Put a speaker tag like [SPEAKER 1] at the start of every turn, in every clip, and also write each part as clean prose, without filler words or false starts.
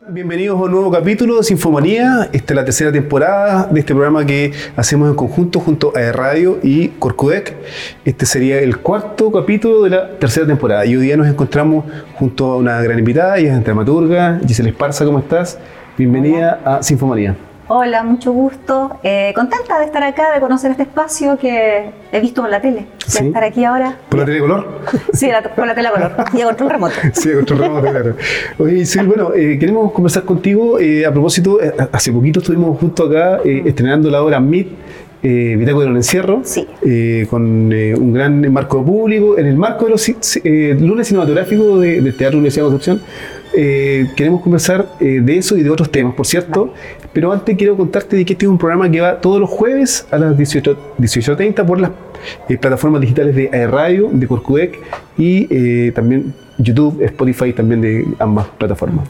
[SPEAKER 1] Bienvenidos a un nuevo capítulo de Sinfomanía. Esta es la tercera temporada de este programa que hacemos en conjunto junto a Radio y Corcudec. Este sería el cuarto capítulo de la tercera temporada y hoy día nos encontramos junto a una gran invitada, ella es dramaturga, Gisela Esparza. ¿Cómo estás? Bienvenida a Sinfomanía.
[SPEAKER 2] Hola, mucho gusto. Contenta de estar acá, de conocer este espacio que he visto por la tele.
[SPEAKER 1] ¿Sí?
[SPEAKER 2] De estar aquí ahora.
[SPEAKER 1] ¿Por la tele color?
[SPEAKER 2] Sí, por la tele color. Y a control remoto.
[SPEAKER 1] Sí, a control remoto, claro. Oye, sí, bueno, queremos conversar contigo. A propósito, hace poquito estuvimos justo acá estrenando la obra MIT, Bitácora de un encierro,
[SPEAKER 2] sí.
[SPEAKER 1] Con un gran marco público, en el marco de los lunes cinematográficos del Teatro Universidad de Concepción. Queremos conversar de eso y de otros temas, por cierto, pero antes quiero contarte de que este es un programa que va todos los jueves a las 18:30 por las plataformas digitales de Radio, de Corcudec y también YouTube, Spotify, también de ambas plataformas.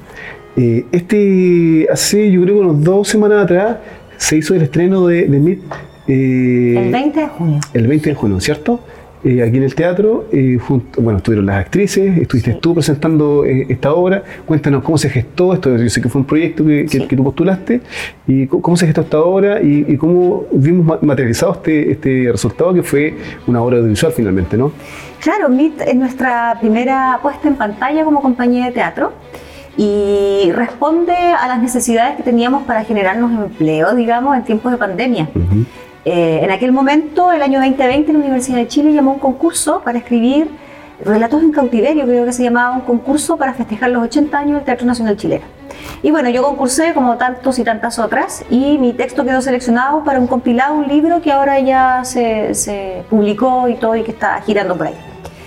[SPEAKER 1] Hace yo creo unos 2 semanas atrás se hizo el estreno de MIT.
[SPEAKER 2] El 20 de junio.
[SPEAKER 1] El 20 de junio, ¿cierto? Aquí en el teatro, estuvieron las actrices, estuviste tú presentando esta obra. Cuéntanos cómo se gestó esto. Yo sé que fue un proyecto que tú postulaste, y cómo se gestó esta obra y cómo vimos materializado este resultado, que fue una obra audiovisual finalmente, ¿no?
[SPEAKER 2] Claro, MIT es nuestra primera puesta en pantalla como compañía de teatro y responde a las necesidades que teníamos para generarnos empleo, digamos, en tiempos de pandemia. Uh-huh. En aquel momento, el año 2020, la Universidad de Chile llamó a un concurso para escribir relatos en cautiverio, creo que se llamaba, un concurso para festejar los 80 años del Teatro Nacional Chileno. Y bueno, yo concursé como tantos y tantas otras y mi texto quedó seleccionado para un compilado, un libro que ahora ya se publicó y todo y que está girando por ahí.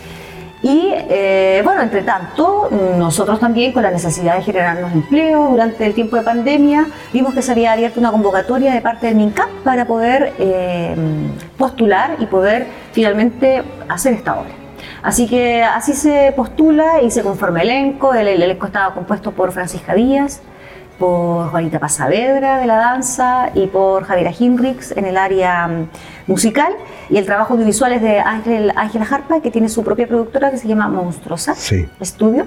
[SPEAKER 2] Y entre tanto, nosotros también, con la necesidad de generarnos empleo durante el tiempo de pandemia, vimos que se había abierto una convocatoria de parte del MINCAP para poder postular y poder finalmente hacer esta obra. Así que así se postula y se conforma el elenco. El elenco estaba compuesto por Francisca Díaz, por Juanita Paz Saavedra de la danza y por Javiera Hinrichs en el área musical, y el trabajo audiovisual es de Ángela Jarpa, que tiene su propia productora que se llama Monstruosa Estudio.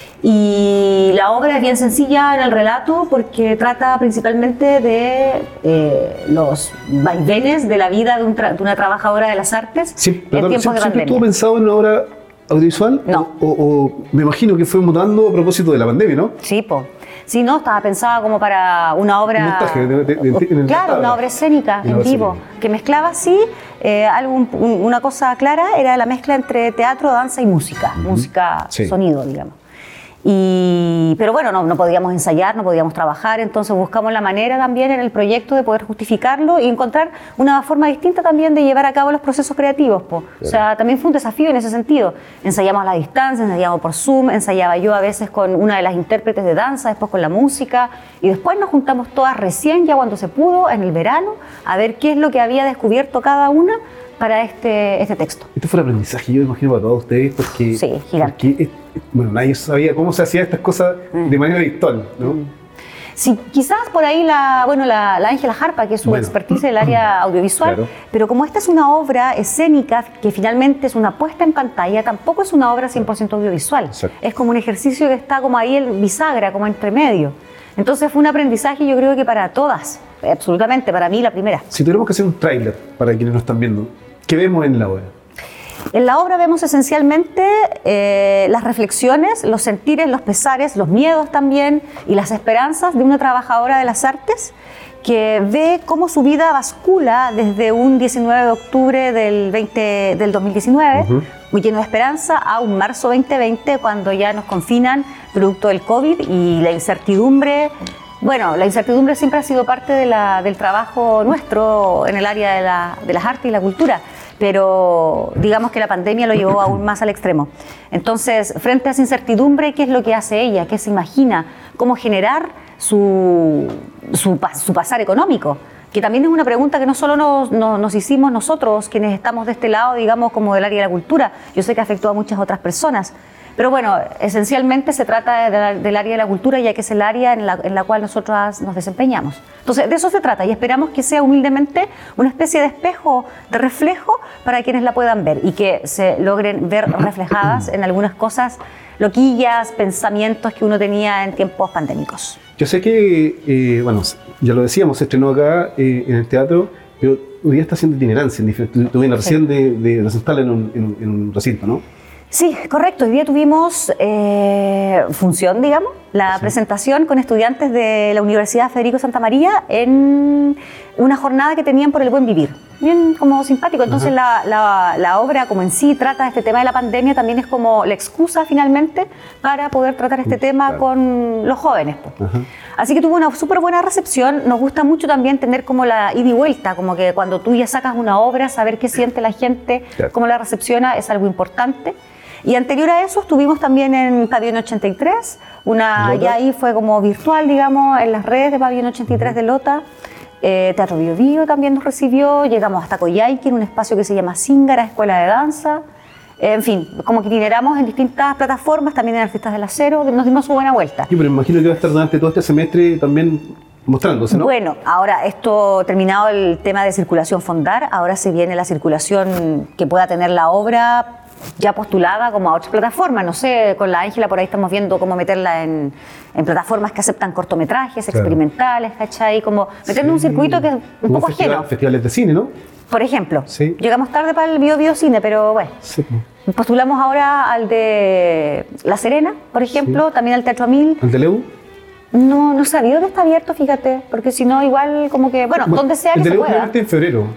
[SPEAKER 2] Y la obra es bien sencilla en el relato porque trata principalmente de los vaivenes de la vida de una trabajadora de las artes en tiempos de pandemia.
[SPEAKER 1] ¿Siempre estuvo pensado en una obra audiovisual?
[SPEAKER 2] No.
[SPEAKER 1] O me imagino que fue mudando a propósito de la pandemia, ¿no?
[SPEAKER 2] Sí, Sí, no, estaba pensada como para una obra...
[SPEAKER 1] Un montaje,
[SPEAKER 2] claro, una obra escénica, en vivo, que mezclaba así, una cosa clara, era la mezcla entre teatro, danza y música, sonido, digamos. Pero bueno, no podíamos ensayar, no podíamos trabajar, entonces buscamos la manera también en el proyecto de poder justificarlo y encontrar una forma distinta también de llevar a cabo los procesos creativos. O sea, también fue un desafío en ese sentido. Ensayamos a la distancia, ensayamos por Zoom, ensayaba yo a veces con una de las intérpretes de danza, después con la música, y después nos juntamos todas recién, ya cuando se pudo, en el verano, a ver qué es lo que había descubierto cada una para este texto.
[SPEAKER 1] Este fue un aprendizaje, yo imagino, para todos ustedes, porque,
[SPEAKER 2] sí, gigante.
[SPEAKER 1] Nadie sabía cómo se hacían estas cosas de manera virtual, ¿no?
[SPEAKER 2] Sí, quizás por ahí la Ángela Jarpa, que es su expertise del área audiovisual, claro. Pero como esta es una obra escénica que finalmente es una puesta en pantalla, tampoco es una obra 100% audiovisual. Exacto. Es como un ejercicio que está como ahí en bisagra, como entre medio. Entonces fue un aprendizaje, yo creo que para todas, absolutamente, para mí la primera.
[SPEAKER 1] Si tuviéramos que hacer un tráiler para quienes nos están viendo, ¿qué vemos en la obra?
[SPEAKER 2] En la obra vemos esencialmente las reflexiones, los sentires, los pesares, los miedos también y las esperanzas de una trabajadora de las artes que ve cómo su vida bascula desde un 19 de octubre del 2019, muy lleno de esperanza, a un marzo 2020, cuando ya nos confinan producto del COVID y la incertidumbre. Bueno, la incertidumbre siempre ha sido parte del trabajo nuestro en el área de las artes y la cultura, pero digamos que la pandemia lo llevó aún más al extremo. Entonces, frente a esa incertidumbre, ¿qué es lo que hace ella? ¿Qué se imagina? ¿Cómo generar su pasar económico? Que también es una pregunta que no solo nos hicimos nosotros, quienes estamos de este lado, digamos, como del área de la cultura. Yo sé que afectó a muchas otras personas. Pero bueno, esencialmente se trata del área de la cultura, ya que es el área en la cual nosotros nos desempeñamos. Entonces, de eso se trata y esperamos que sea humildemente una especie de espejo, de reflejo para quienes la puedan ver y que se logren ver reflejadas en algunas cosas loquillas, pensamientos que uno tenía en tiempos pandémicos.
[SPEAKER 1] Yo sé que, bueno, ya lo decíamos, se estrenó acá en el teatro, pero hoy día está haciendo itinerancia en diferentes. Tú vienes recién de presentarla en un recinto, ¿no?
[SPEAKER 2] Sí, correcto. Hoy día tuvimos función, digamos, la presentación con estudiantes de la Universidad Federico Santa María en una jornada que tenían por el buen vivir. Bien como simpático. Entonces la obra como en sí trata de este tema de la pandemia, también es como la excusa finalmente para poder tratar este tema con los jóvenes. Así que tuvo una súper buena recepción. Nos gusta mucho también tener como la ida y vuelta, como que cuando tú ya sacas una obra, saber qué siente la gente, cómo la recepciona, es algo importante. Y anterior a eso estuvimos también en Pabellón 83, ya ahí fue como virtual, digamos, en las redes de Pabellón 83 de Lota. Teatro Bio Bio también nos recibió, llegamos hasta Coyhaique, en un espacio que se llama Zingara, Escuela de Danza. En fin, como que itineramos en distintas plataformas, también en Artistas del Acero, nos dimos su buena vuelta.
[SPEAKER 1] Sí, pero imagino que va a estar durante todo este semestre también mostrándose, ¿no?
[SPEAKER 2] Bueno, ahora esto, terminado el tema de circulación fondar, ahora se viene la circulación que pueda tener la obra ya postulada como a otras plataformas. No sé, con la Ángela por ahí estamos viendo cómo meterla en plataformas que aceptan cortometrajes, experimentales, ¿cachai? Como meterle un circuito que es un poco ajeno.
[SPEAKER 1] Festivales de cine, ¿no?
[SPEAKER 2] Por ejemplo, llegamos tarde para el Bio Bio Cine, pero bueno, postulamos ahora al de La Serena, por ejemplo, también al Teatro Amil.
[SPEAKER 1] ¿Al de Leu?
[SPEAKER 2] No he sabido que está abierto, fíjate, porque si no, igual como que, bueno, donde sea que se pueda.
[SPEAKER 1] El de Leu en febrero.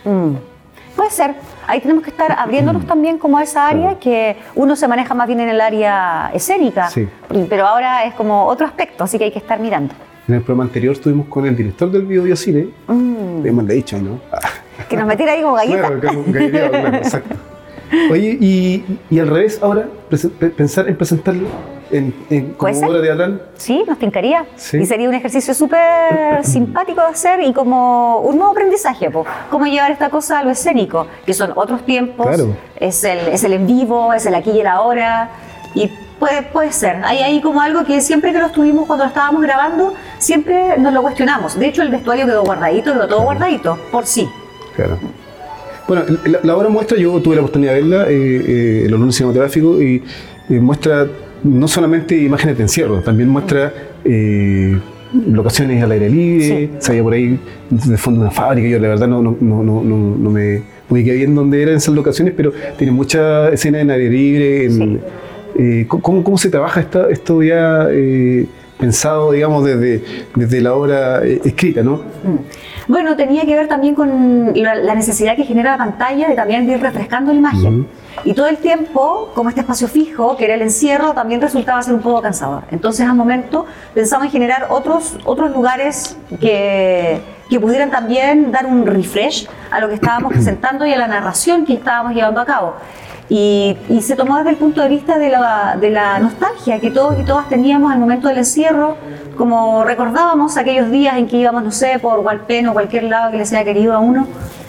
[SPEAKER 2] Puede ser. Ahí tenemos que estar abriéndonos también como a esa área, que uno se maneja más bien en el área escénica, pero ahora es como otro aspecto, así que hay que estar mirando.
[SPEAKER 1] En el programa anterior estuvimos con el director del Bio Bio Cine, hemos dicho, ¿no?
[SPEAKER 2] Que nos metiera ahí como galleta.
[SPEAKER 1] Claro, exacto. Oye, y al revés ahora, pensar en presentarlo como obra teatral.
[SPEAKER 2] Sí, nos tincaría. Y sería un ejercicio súper simpático de hacer y como un nuevo aprendizaje, cómo llevar esta cosa a lo escénico, que son otros tiempos, es el en vivo, es el aquí y el ahora, y puede ser. Hay ahí como algo que siempre que lo estuvimos, cuando lo estábamos grabando, siempre nos lo cuestionamos. De hecho, el vestuario quedó todo guardadito, por sí.
[SPEAKER 1] Claro. Bueno, la obra muestra, yo tuve la oportunidad de verla en los lunes cinematográficos y muestra no solamente imágenes de encierro, también muestra locaciones al aire libre, se veía por ahí de fondo una fábrica, yo la verdad no me ubiqué bien dónde eran esas locaciones, pero tiene muchas escenas en aire libre. ¿Cómo se trabaja esto ya pensado, digamos, desde la obra escrita, ¿no?
[SPEAKER 2] Bueno, tenía que ver también con la necesidad que genera la pantalla de también ir refrescando la imagen. Y todo el tiempo, como este espacio fijo, que era el encierro, también resultaba ser un poco cansador. Entonces, al momento, pensamos en generar otros lugares que pudieran también dar un refresh a lo que estábamos presentando y a la narración que estábamos llevando a cabo. Y se tomó desde el punto de vista de la nostalgia que todos y todas teníamos al momento del encierro, como recordábamos aquellos días en que íbamos, no sé, por Hualpén o cualquier lado que le sea querido a uno,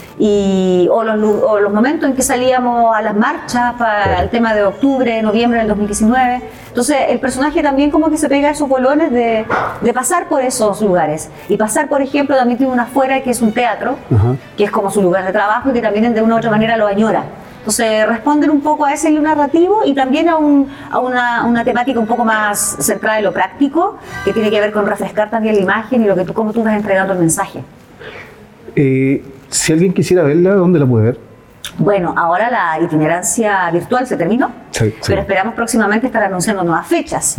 [SPEAKER 2] o los momentos en que salíamos a las marchas para el tema de octubre, noviembre del 2019. Entonces el personaje también como que se pega a esos bolones de pasar por esos lugares. Y pasar, por ejemplo, también tiene una afuera que es un teatro, que es como su lugar de trabajo y que también de una u otra manera lo añora. Entonces responden un poco a ese narrativo y también a una temática un poco más centrada en lo práctico, que tiene que ver con refrescar también la imagen y cómo tú vas entregando el mensaje.
[SPEAKER 1] Si alguien quisiera verla, ¿dónde la puede ver?
[SPEAKER 2] Bueno, ahora la itinerancia virtual se terminó, pero esperamos próximamente estar anunciando nuevas fechas.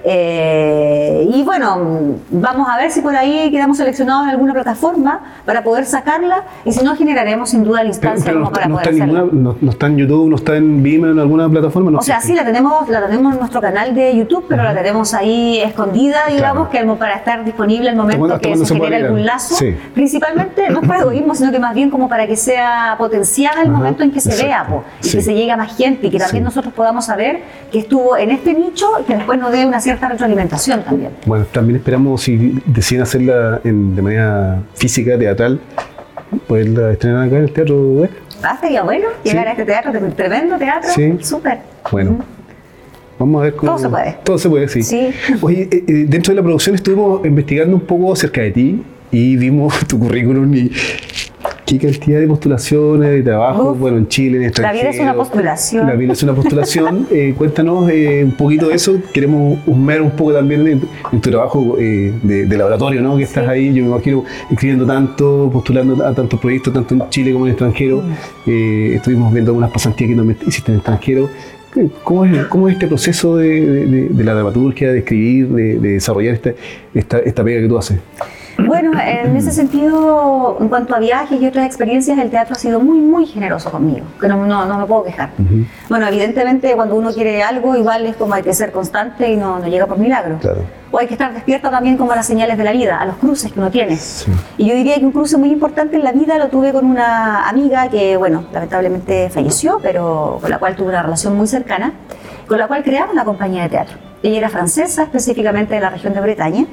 [SPEAKER 2] Y bueno, vamos a ver si por ahí quedamos seleccionados en alguna plataforma para poder sacarla, y si no, generaremos sin duda la instancia como para poder hacerla.
[SPEAKER 1] No está en YouTube, no está en Vimeo, en alguna plataforma.
[SPEAKER 2] O sea, sí, la tenemos en nuestro canal de YouTube, pero la tenemos ahí escondida, digamos, que para estar disponible al momento que se genere algún lazo. Principalmente, no es para egoísmo, sino que más bien como para que sea potenciada el momento en que se vea, y que se llegue a más gente, y que también nosotros podamos saber que estuvo en este nicho, que después nos dé una cierta retroalimentación también. Bueno,
[SPEAKER 1] también esperamos, si deciden hacerla de manera física, teatral, poderla estrenar acá en el Teatro UDEC.
[SPEAKER 2] Sería bueno llegar a este teatro, tremendo teatro, súper.
[SPEAKER 1] Bueno. Vamos a ver cómo...
[SPEAKER 2] Todo se puede.
[SPEAKER 1] Todo se puede, sí. Oye, dentro de la producción estuvimos investigando un poco acerca de ti y vimos tu currículum y ¿Qué cantidad de postulaciones, de trabajo? Bueno, en Chile, en extranjero.
[SPEAKER 2] La vida es una postulación.
[SPEAKER 1] La vida es una postulación. Cuéntanos un poquito de eso. Queremos husmear un poco también en tu trabajo de laboratorio, ¿no? Que estás ahí, yo me imagino, escribiendo tanto, postulando a tantos proyectos, tanto en Chile como en extranjero. Estuvimos viendo algunas pasantías que también hiciste en extranjero. ¿Cómo es este proceso de la dramaturgia, de escribir, de desarrollar esta pega que tú haces?
[SPEAKER 2] Bueno, en ese sentido, en cuanto a viajes y otras experiencias, el teatro ha sido muy, muy generoso conmigo, que no me puedo quejar. Bueno, evidentemente cuando uno quiere algo, igual es como hay que ser constante y no llega por milagro.
[SPEAKER 1] Claro.
[SPEAKER 2] O hay que estar despierto también como a las señales de la vida, a los cruces que uno tiene.
[SPEAKER 1] Sí.
[SPEAKER 2] Y yo diría que un cruce muy importante en la vida lo tuve con una amiga que, bueno, lamentablemente falleció, pero con la cual tuve una relación muy cercana, con la cual creamos una compañía de teatro. Ella era francesa, específicamente de la región de Bretaña.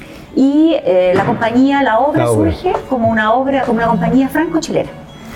[SPEAKER 2] Y la obra surge como una compañía franco-chilena.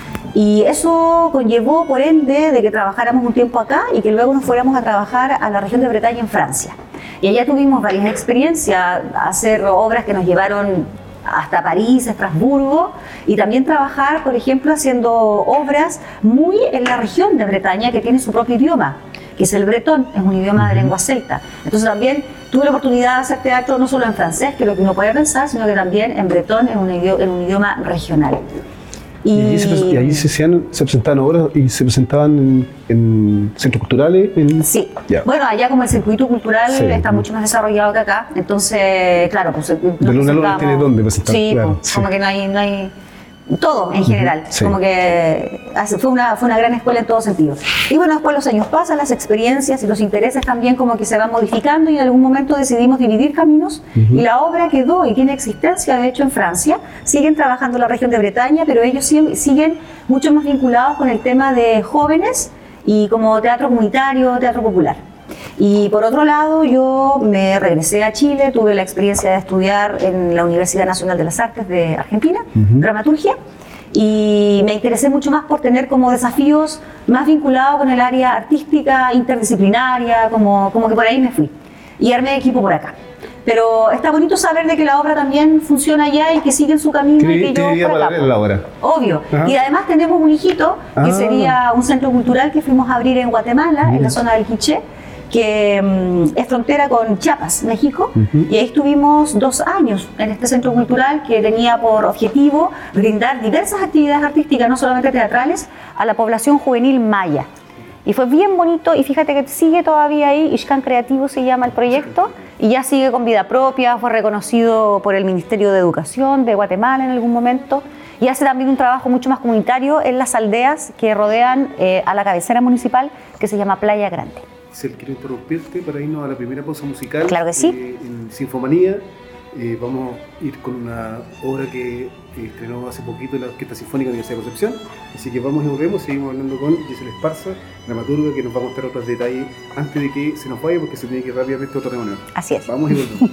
[SPEAKER 2] Y eso conllevó, por ende, de que trabajáramos un tiempo acá y que luego nos fuéramos a trabajar a la región de Bretaña en Francia. Y allá tuvimos varias experiencias, hacer obras que nos llevaron hasta París, Estrasburgo, y también trabajar, por ejemplo, haciendo obras muy en la región de Bretaña que tiene su propio idioma, que es el bretón, es un idioma de lengua celta. Entonces también tuve la oportunidad de hacer teatro no solo en francés, que es lo que uno puede pensar, sino que también en bretón, en un idioma regional.
[SPEAKER 1] Y allí se presentaban obras y se presentaban en centros culturales.
[SPEAKER 2] Sí.
[SPEAKER 1] Yeah.
[SPEAKER 2] Bueno, allá como el circuito cultural está mucho más desarrollado que acá, entonces, claro, pues
[SPEAKER 1] de luna a luna tiene dónde presentar.
[SPEAKER 2] Sí,
[SPEAKER 1] claro,
[SPEAKER 2] pues, como que no hay todo en general, como que fue una gran escuela en todo sentido. Y bueno, después los años pasan, las experiencias y los intereses también como que se van modificando y en algún momento decidimos dividir caminos y la obra quedó y tiene existencia, de hecho en Francia, siguen trabajando en la región de Bretaña, pero ellos siguen mucho más vinculados con el tema de jóvenes y como teatro comunitario, teatro popular. Y por otro lado, yo me regresé a Chile, tuve la experiencia de estudiar en la Universidad Nacional de las Artes de Argentina, dramaturgia, y me interesé mucho más por tener como desafíos más vinculados con el área artística, interdisciplinaria, como que por ahí me fui. Y armé equipo por acá. Pero está bonito saber de que la obra también funciona allá y que sigue en su camino y que yo por acá.
[SPEAKER 1] La obra.
[SPEAKER 2] Obvio. Ajá. Y además tenemos un hijito, que sería un centro cultural que fuimos a abrir en Guatemala, en la zona del Quiché, que es frontera con Chiapas, México, y ahí estuvimos 2 años en este centro cultural que tenía por objetivo brindar diversas actividades artísticas, no solamente teatrales, a la población juvenil maya. Y fue bien bonito, y fíjate que sigue todavía ahí, Ixcán Creativo se llama el proyecto, y ya sigue con vida propia, fue reconocido por el Ministerio de Educación de Guatemala en algún momento, y hace también un trabajo mucho más comunitario en las aldeas que rodean a la cabecera municipal, que se llama Playa Grande.
[SPEAKER 1] Quiero interrumpirte para irnos a la primera pausa musical.
[SPEAKER 2] Claro que sí.
[SPEAKER 1] En Sinfomanía vamos a ir con una obra que estrenó hace poquito la Orquesta Sinfónica de la Universidad de Concepción. Así que vamos y volvemos, seguimos hablando con Gisela Esparza, dramaturga, que nos va a mostrar otros detalles antes de que se nos vaya, porque se tiene que ir rápidamente a otra reunión.
[SPEAKER 2] Así es.
[SPEAKER 1] Vamos y volvemos.